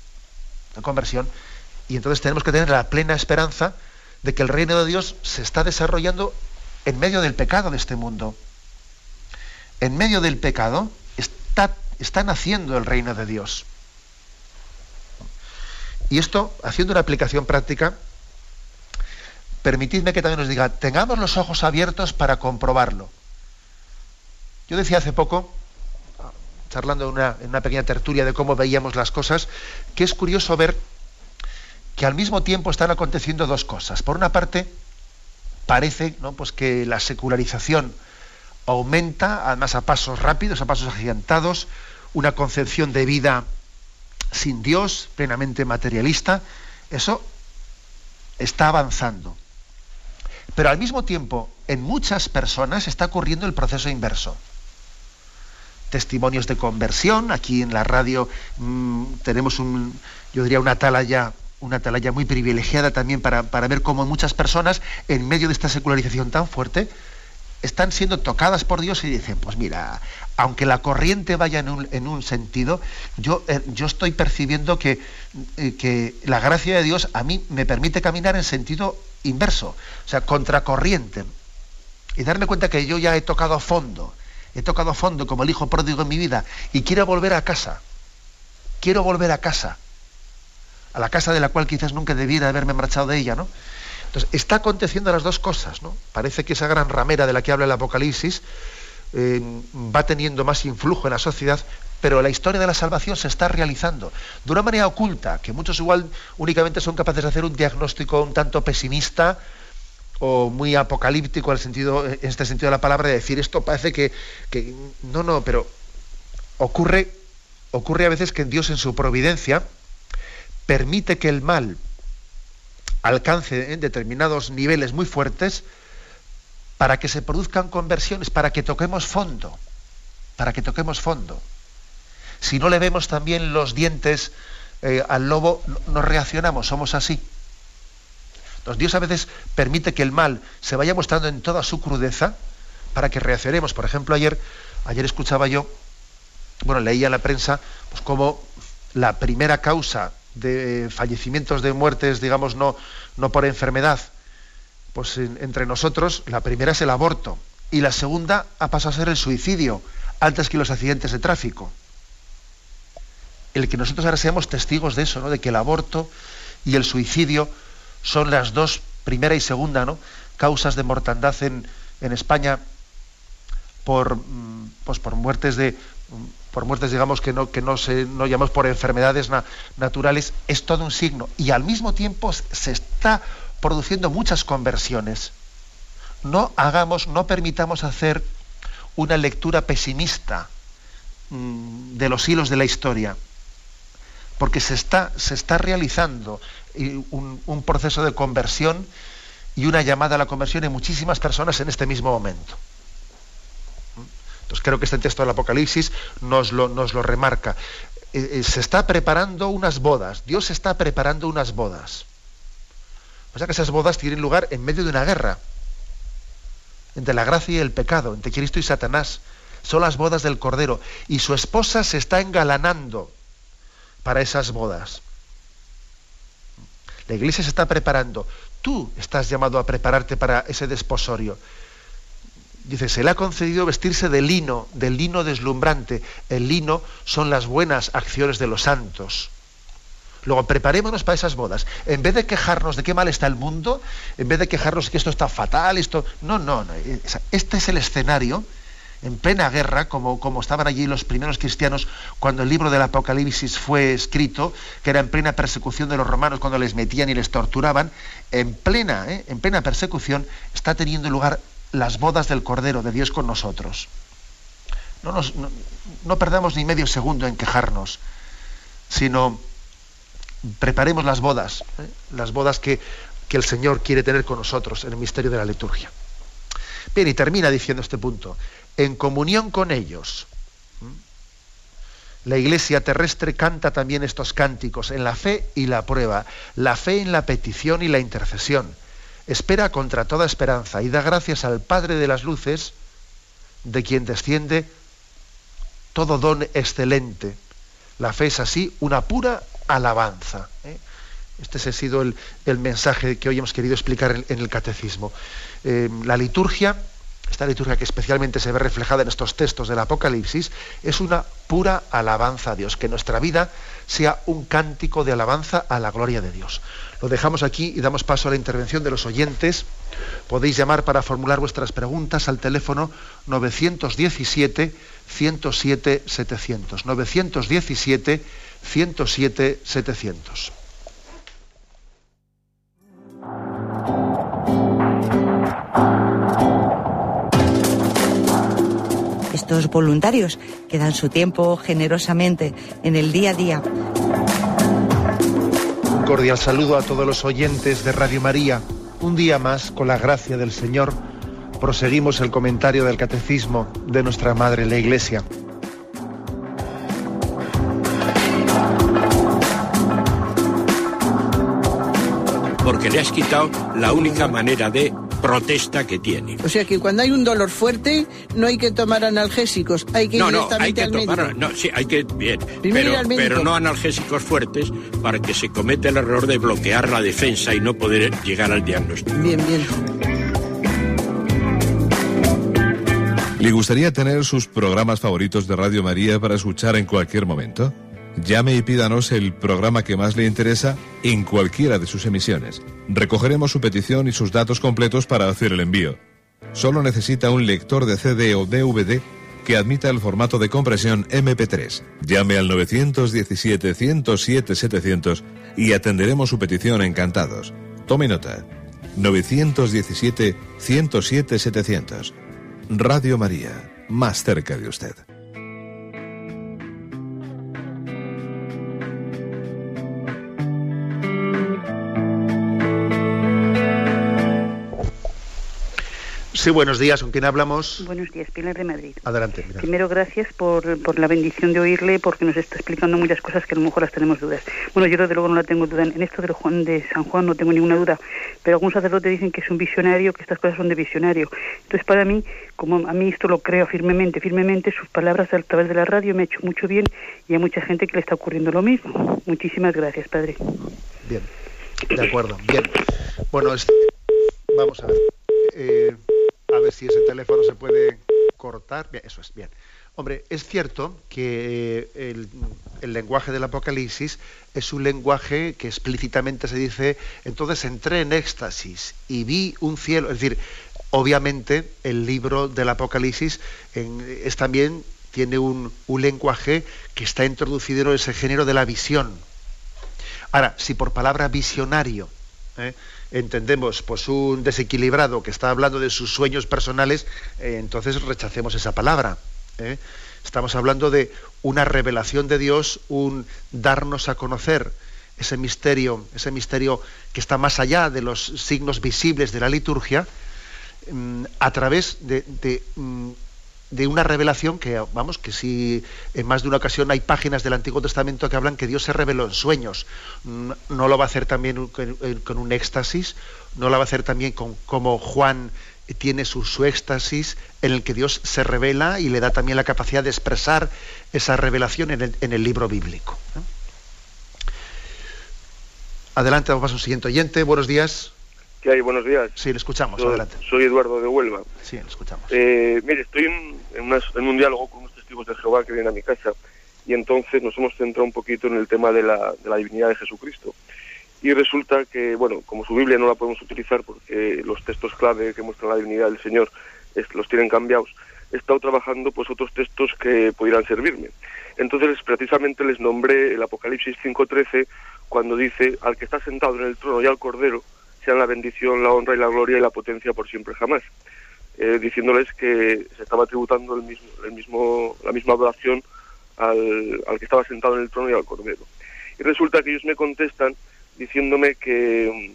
y entonces tenemos que tener la plena esperanza de que el reino de Dios se está desarrollando en medio del pecado de este mundo. En medio del pecado está naciendo el reino de Dios. Y esto, haciendo una aplicación práctica, permitidme que también os diga, tengamos los ojos abiertos para comprobarlo. Yo decía hace poco, charlando en una pequeña tertulia de cómo veíamos las cosas, que es curioso ver que al mismo tiempo están aconteciendo dos cosas. Por una parte, parece, ¿no?, pues que la secularización aumenta, además a pasos rápidos, a pasos agigantados, una concepción de vida sin Dios, plenamente materialista. Eso está avanzando. Pero al mismo tiempo, en muchas personas está ocurriendo el proceso inverso. Testimonios de conversión. Aquí en la radio tenemos una atalaya muy privilegiada también para ver cómo muchas personas, en medio de esta secularización tan fuerte, están siendo tocadas por Dios y dicen, pues mira, aunque la corriente vaya en un sentido, yo estoy percibiendo que la gracia de Dios a mí me permite caminar en sentido inverso, o sea, contracorriente, y darme cuenta que yo ya he tocado fondo como el hijo pródigo en mi vida, y quiero volver a casa, a la casa de la cual quizás nunca debiera haberme marchado de ella, ¿no? Entonces, está aconteciendo las dos cosas, ¿no? Parece que esa gran ramera de la que habla el Apocalipsis va teniendo más influjo en la sociedad, pero la historia de la salvación se está realizando de una manera oculta, que muchos igual únicamente son capaces de hacer un diagnóstico un tanto pesimista o muy apocalíptico en este sentido de la palabra, de decir esto parece que no, pero ocurre a veces que Dios en su providencia permite que el mal alcance en determinados niveles muy fuertes para que se produzcan conversiones, para que toquemos fondo, para que toquemos fondo. Si no le vemos también los dientes al lobo, no reaccionamos, somos así. Entonces, Dios a veces permite que el mal se vaya mostrando en toda su crudeza para que reaccionemos. Por ejemplo, ayer escuchaba yo, leía en la prensa, pues como la primera causa de fallecimientos, de muertes, digamos, no por enfermedad, pues entre nosotros, la primera es el aborto y la segunda ha pasado a ser el suicidio, antes que los accidentes de tráfico. El que nosotros ahora seamos testigos de eso, ¿no? De que el aborto y el suicidio son las dos, primera y segunda, ¿no?, causas de mortandad en España por muertes, digamos, que no llamamos por enfermedades naturales, es todo un signo. Y al mismo tiempo se está produciendo muchas conversiones. No permitamos hacer una lectura pesimista de los hilos de la historia, porque se está realizando un proceso de conversión y una llamada a la conversión en muchísimas personas en este mismo momento. Entonces creo que este texto del Apocalipsis nos lo remarca. Se está preparando unas bodas, Dios está preparando unas bodas. O sea que esas bodas tienen lugar en medio de una guerra entre la gracia y el pecado, entre Cristo y Satanás. Son las bodas del Cordero y su esposa se está engalanando para esas bodas. La Iglesia se está preparando. Tú estás llamado a prepararte para ese desposorio. Dice, se le ha concedido vestirse de lino deslumbrante. El lino son las buenas acciones de los santos. Luego, preparémonos para esas bodas. En vez de quejarnos de qué mal está el mundo, en vez de quejarnos de que esto está fatal, No. Este es el escenario, en plena guerra, como estaban allí los primeros cristianos cuando el libro del Apocalipsis fue escrito, que era en plena persecución de los romanos, cuando les metían y les torturaban. En plena persecución está teniendo lugar las bodas del Cordero de Dios con nosotros. No perdamos ni medio segundo en quejarnos, sino preparemos las bodas que el Señor quiere tener con nosotros en el misterio de la liturgia. Bien, y termina diciendo este punto: en comunión con ellos, la Iglesia terrestre canta también estos cánticos en la fe y la prueba, la fe en la petición y la intercesión. Espera contra toda esperanza y da gracias al Padre de las luces, de quien desciende todo don excelente. La fe es así una pura alabanza. Este ha sido el mensaje que hoy hemos querido explicar en el Catecismo. La liturgia, esta liturgia que especialmente se ve reflejada en estos textos del Apocalipsis, es una pura alabanza a Dios. Que nuestra vida sea un cántico de alabanza a la gloria de Dios. Lo dejamos aquí y damos paso a la intervención de los oyentes. Podéis llamar para formular vuestras preguntas al teléfono 917-107-700. 917-107-700. Estos voluntarios que dan su tiempo generosamente en el día a día. Un cordial saludo a todos los oyentes de Radio María. Un día más, con la gracia del Señor, proseguimos el comentario del Catecismo de nuestra Madre la Iglesia. Porque le has quitado la única manera de protesta que tiene. O sea que cuando hay un dolor fuerte no hay que tomar analgésicos, hay que ir directamente al médico. Sí, hay que, bien, Primero pero no analgésicos fuertes para que se cometa el error de bloquear la defensa y no poder llegar al diagnóstico. Bien. ¿Le gustaría tener sus programas favoritos de Radio María para escuchar en cualquier momento? Llame y pídanos el programa que más le interesa en cualquiera de sus emisiones. Recogeremos su petición y sus datos completos para hacer el envío. Solo necesita un lector de CD o DVD que admita el formato de compresión MP3. Llame al 917-107-700 y atenderemos su petición encantados. Tome nota. 917-107-700. Radio María, más cerca de usted. Sí, buenos días. ¿Con quién hablamos? Buenos días, Pilar de Madrid. Adelante. Pilar. Primero, gracias por la bendición de oírle, porque nos está explicando muchas cosas que a lo mejor las tenemos dudas. Bueno, yo desde luego no la tengo duda. En esto de San Juan no tengo ninguna duda, pero algunos sacerdotes dicen que es un visionario, que estas cosas son de visionario. Entonces, para mí, como a mí esto lo creo firmemente, sus palabras a través de la radio me ha hecho mucho bien, y hay mucha gente que le está ocurriendo lo mismo. Muchísimas gracias, padre. Bien, de acuerdo. Bien. Bueno, vamos a ver. A ver si ese teléfono se puede cortar. Bien, eso es, bien. Hombre, es cierto que el lenguaje del Apocalipsis es un lenguaje que explícitamente se dice, entonces entré en éxtasis y vi un cielo. Es decir, obviamente el libro del Apocalipsis tiene un lenguaje que está introducido en ese género de la visión. Ahora, si por palabra visionario entendemos pues un desequilibrado que está hablando de sus sueños personales, entonces rechacemos esa palabra. Estamos hablando de una revelación de Dios, un darnos a conocer ese misterio que está más allá de los signos visibles de la liturgia, a través de una revelación que si en más de una ocasión hay páginas del Antiguo Testamento que hablan que Dios se reveló en sueños. No lo va a hacer también con un éxtasis, no lo va a hacer también como Juan tiene su éxtasis, en el que Dios se revela y le da también la capacidad de expresar esa revelación en el libro bíblico. Adelante, vamos a un siguiente oyente. Buenos días. ¿Qué hay? Buenos días. Sí, le escuchamos, adelante. Soy Eduardo de Huelva. Sí, le escuchamos. Mire, estoy en un diálogo con unos testigos de Jehová que vienen a mi casa, y entonces nos hemos centrado un poquito en el tema de la divinidad de Jesucristo. Y resulta que, bueno, como su Biblia no la podemos utilizar porque los textos clave que muestran la divinidad del Señor los tienen cambiados, he estado trabajando pues otros textos que pudieran servirme. Entonces precisamente les nombré el Apocalipsis 5:13, cuando dice: al que está sentado en el trono y al Cordero sean la bendición, la honra y la gloria y la potencia por siempre jamás, diciéndoles que se estaba tributando la misma adoración al que estaba sentado en el trono y al Cordero. Y resulta que ellos me contestan diciéndome que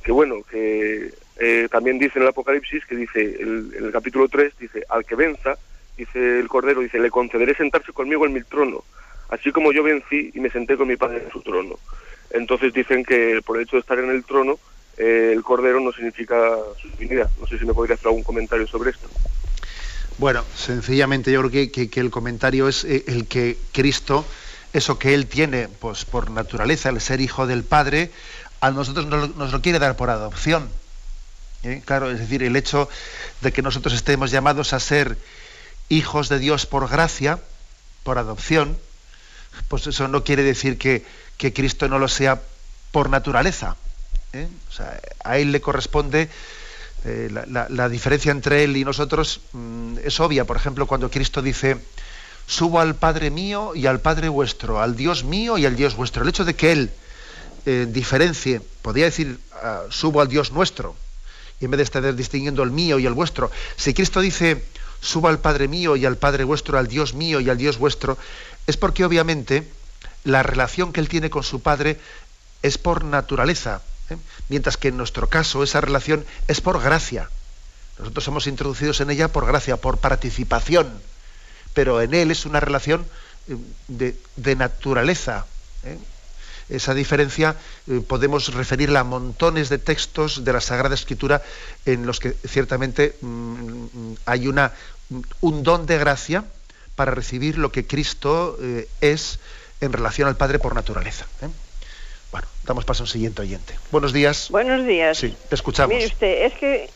también dice en el Apocalipsis, que dice en el capítulo 3, dice: al que venza, dice el Cordero, dice: le concederé sentarse conmigo en mi trono, así como yo vencí y me senté con mi Padre en su trono. Entonces dicen que por el hecho de estar en el trono, el Cordero no significa su divinidad. No sé si me podría hacer algún comentario sobre esto. Bueno, sencillamente yo creo que el comentario es el que Cristo, eso que Él tiene pues por naturaleza, el ser hijo del Padre, a nosotros nos lo quiere dar por adopción. Claro, es decir, el hecho de que nosotros estemos llamados a ser hijos de Dios por gracia, por adopción, pues eso no quiere decir que Cristo no lo sea por naturaleza. O sea, a Él le corresponde la diferencia entre Él y nosotros es obvia. Por ejemplo, cuando Cristo dice: subo al Padre mío y al Padre vuestro, al Dios mío y al Dios vuestro. El hecho de que Él diferencie, podría decir subo al Dios nuestro, y en vez de estar distinguiendo el mío y el vuestro, si Cristo dice subo al Padre mío y al Padre vuestro, al Dios mío y al Dios vuestro, es porque obviamente la relación que Él tiene con su Padre es por naturaleza, mientras que en nuestro caso esa relación es por gracia. Nosotros somos introducidos en ella por gracia, por participación, pero en Él es una relación de naturaleza. Esa diferencia podemos referirla a montones de textos de la Sagrada Escritura en los que ciertamente hay un don de gracia para recibir lo que Cristo es en relación al Padre por naturaleza. Bueno, damos paso a un siguiente oyente. Buenos días. Buenos días. Sí, te escuchamos. Mire usted, es que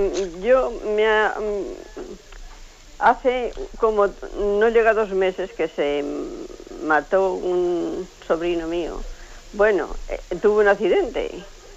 hace como no llega 2 meses que se mató un sobrino mío. Bueno, tuvo un accidente.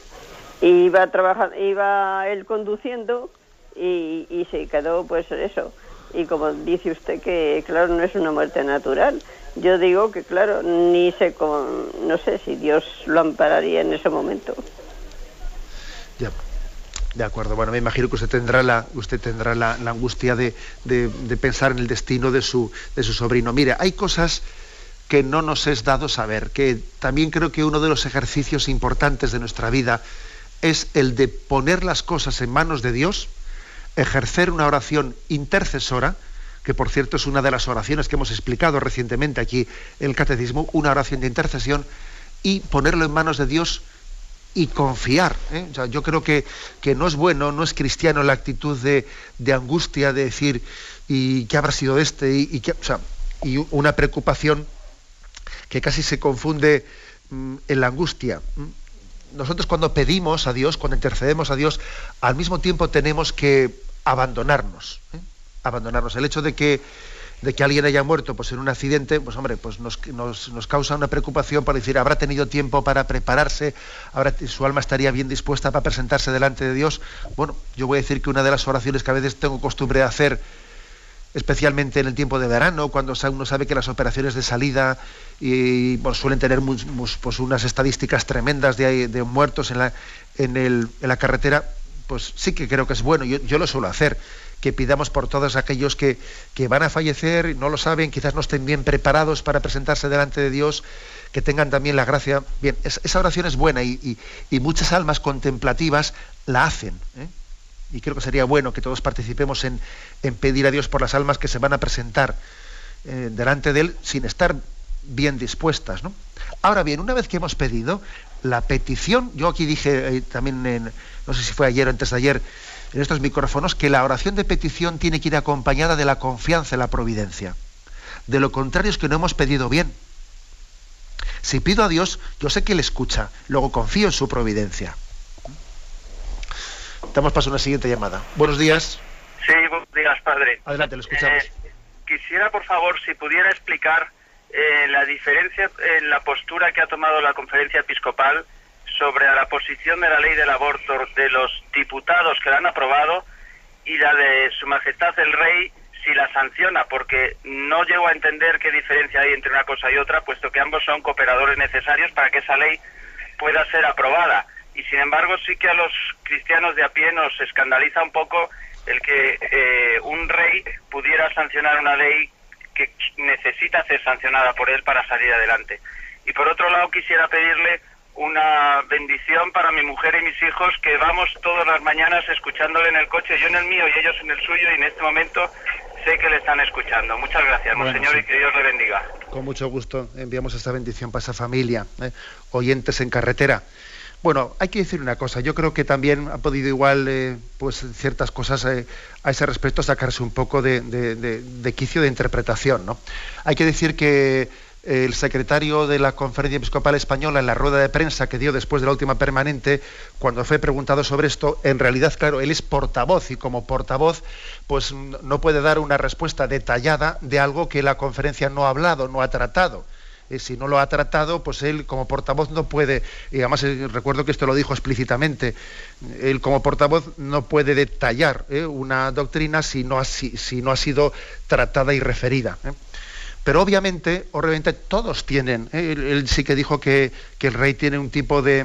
Iba él conduciendo y se quedó pues eso. Y como dice usted que claro, no es una muerte natural. Yo digo que claro, no sé si Dios lo ampararía en ese momento. Ya, de acuerdo. Bueno, me imagino que usted tendrá la angustia de pensar en el destino de su sobrino. Mire, hay cosas que no nos es dado saber, que también creo que uno de los ejercicios importantes de nuestra vida es el de poner las cosas en manos de Dios, ejercer una oración intercesora, que por cierto es una de las oraciones que hemos explicado recientemente aquí en el Catecismo, una oración de intercesión, y ponerlo en manos de Dios y confiar. O sea, yo creo que no es bueno, no es cristiano la actitud de angustia, de decir, ¿y qué habrá sido este? Y una preocupación que casi se confunde en la angustia. Nosotros cuando pedimos a Dios, cuando intercedemos a Dios, al mismo tiempo tenemos que abandonarnos. Abandonarnos. El hecho de que alguien haya muerto pues en un accidente, pues hombre, pues nos causa una preocupación para decir, habrá tenido tiempo para prepararse, ahora su alma estaría bien dispuesta para presentarse delante de Dios. Bueno, yo voy a decir que una de las oraciones que a veces tengo costumbre de hacer, especialmente en el tiempo de verano, cuando uno sabe que las operaciones de salida suelen tener pues unas estadísticas tremendas de muertos en la carretera, pues sí que creo que es bueno, yo lo suelo hacer, que pidamos por todos aquellos que van a fallecer, no lo saben, quizás no estén bien preparados para presentarse delante de Dios, que tengan también la gracia. Bien, esa oración es buena y muchas almas contemplativas la hacen, y creo que sería bueno que todos participemos en pedir a Dios por las almas que se van a presentar delante de Él sin estar bien dispuestas, ¿no? Ahora bien, una vez que hemos pedido, la petición, yo aquí dije también, no sé si fue ayer o antes de ayer, en estos micrófonos, que la oración de petición tiene que ir acompañada de la confianza en la providencia. De lo contrario es que no hemos pedido bien. Si pido a Dios, yo sé que Él escucha, luego confío en su providencia. Damos paso a una siguiente llamada. Buenos días. Sí, buenos días, padre. Adelante, lo escuchamos. Quisiera, por favor, si pudiera explicar la diferencia en la postura que ha tomado la Conferencia Episcopal sobre la posición de la ley del aborto de los diputados que la han aprobado y la de Su Majestad el Rey si la sanciona, porque no llego a entender qué diferencia hay entre una cosa y otra, puesto que ambos son cooperadores necesarios para que esa ley pueda ser aprobada. Y sin embargo sí que a los cristianos de a pie nos escandaliza un poco el que un rey pudiera sancionar una ley que necesita ser sancionada por él para salir adelante. Y por otro lado quisiera pedirle una bendición para mi mujer y mis hijos, que vamos todas las mañanas escuchándole en el coche, yo en el mío y ellos en el suyo, y en este momento sé que le están escuchando. Muchas gracias, Monseñor, sí. Y que Dios le bendiga. Con mucho gusto enviamos esta bendición para esa familia, oyentes en carretera. Bueno, hay que decir una cosa, yo creo que también ha podido igual, pues ciertas cosas a ese respecto sacarse un poco de quicio de interpretación, ¿no? Hay que decir que el secretario de la Conferencia Episcopal Española, en la rueda de prensa que dio después de la última permanente, cuando fue preguntado sobre esto, en realidad, claro, él es portavoz, y como portavoz pues no puede dar una respuesta detallada de algo que la conferencia no ha hablado, no ha tratado. Si no lo ha tratado, pues él como portavoz no puede, y además recuerdo que esto lo dijo explícitamente, él como portavoz no puede detallar una doctrina si no ha sido tratada y referida. Pero obviamente todos tienen, él sí que dijo que el rey tiene un tipo de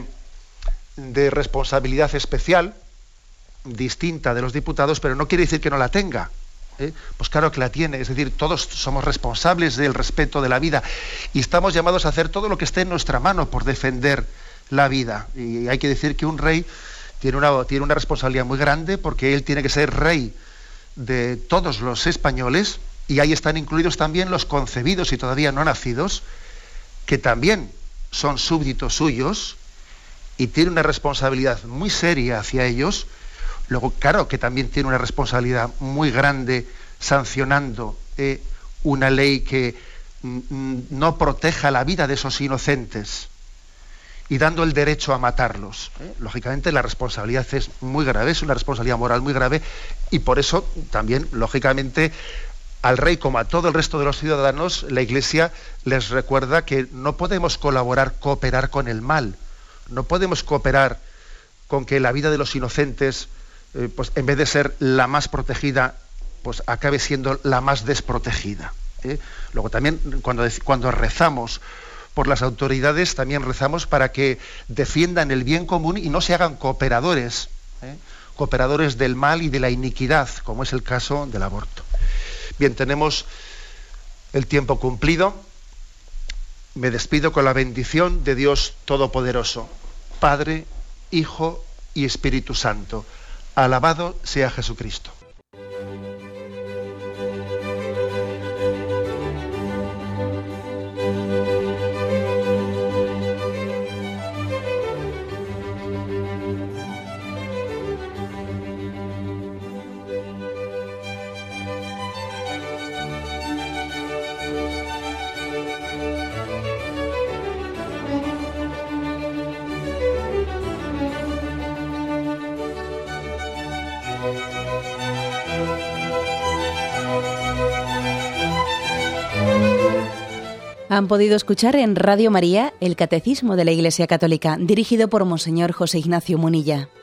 responsabilidad especial, distinta de los diputados, pero no quiere decir que no la tenga. Pues claro que la tiene, es decir, todos somos responsables del respeto de la vida y estamos llamados a hacer todo lo que esté en nuestra mano por defender la vida. Y hay que decir que un rey tiene una responsabilidad muy grande, porque él tiene que ser rey de todos los españoles, y ahí están incluidos también los concebidos y todavía no nacidos, que también son súbditos suyos, y tiene una responsabilidad muy seria hacia ellos. Luego, claro, que también tiene una responsabilidad muy grande sancionando una ley que no proteja la vida de esos inocentes y dando el derecho a matarlos. Lógicamente la responsabilidad es muy grave, es una responsabilidad moral muy grave, y por eso también, lógicamente, al rey como a todo el resto de los ciudadanos, la Iglesia les recuerda que no podemos cooperar con el mal, no podemos cooperar con que la vida de los inocentes, pues en vez de ser la más protegida, pues acabe siendo la más desprotegida. Luego también cuando rezamos por las autoridades, también rezamos para que defiendan el bien común y no se hagan cooperadores del mal y de la iniquidad, como es el caso del aborto. Bien, tenemos el tiempo cumplido. Me despido con la bendición de Dios Todopoderoso, Padre, Hijo y Espíritu Santo. Alabado sea Jesucristo. Han podido escuchar en Radio María el Catecismo de la Iglesia Católica, dirigido por Monseñor José Ignacio Munilla.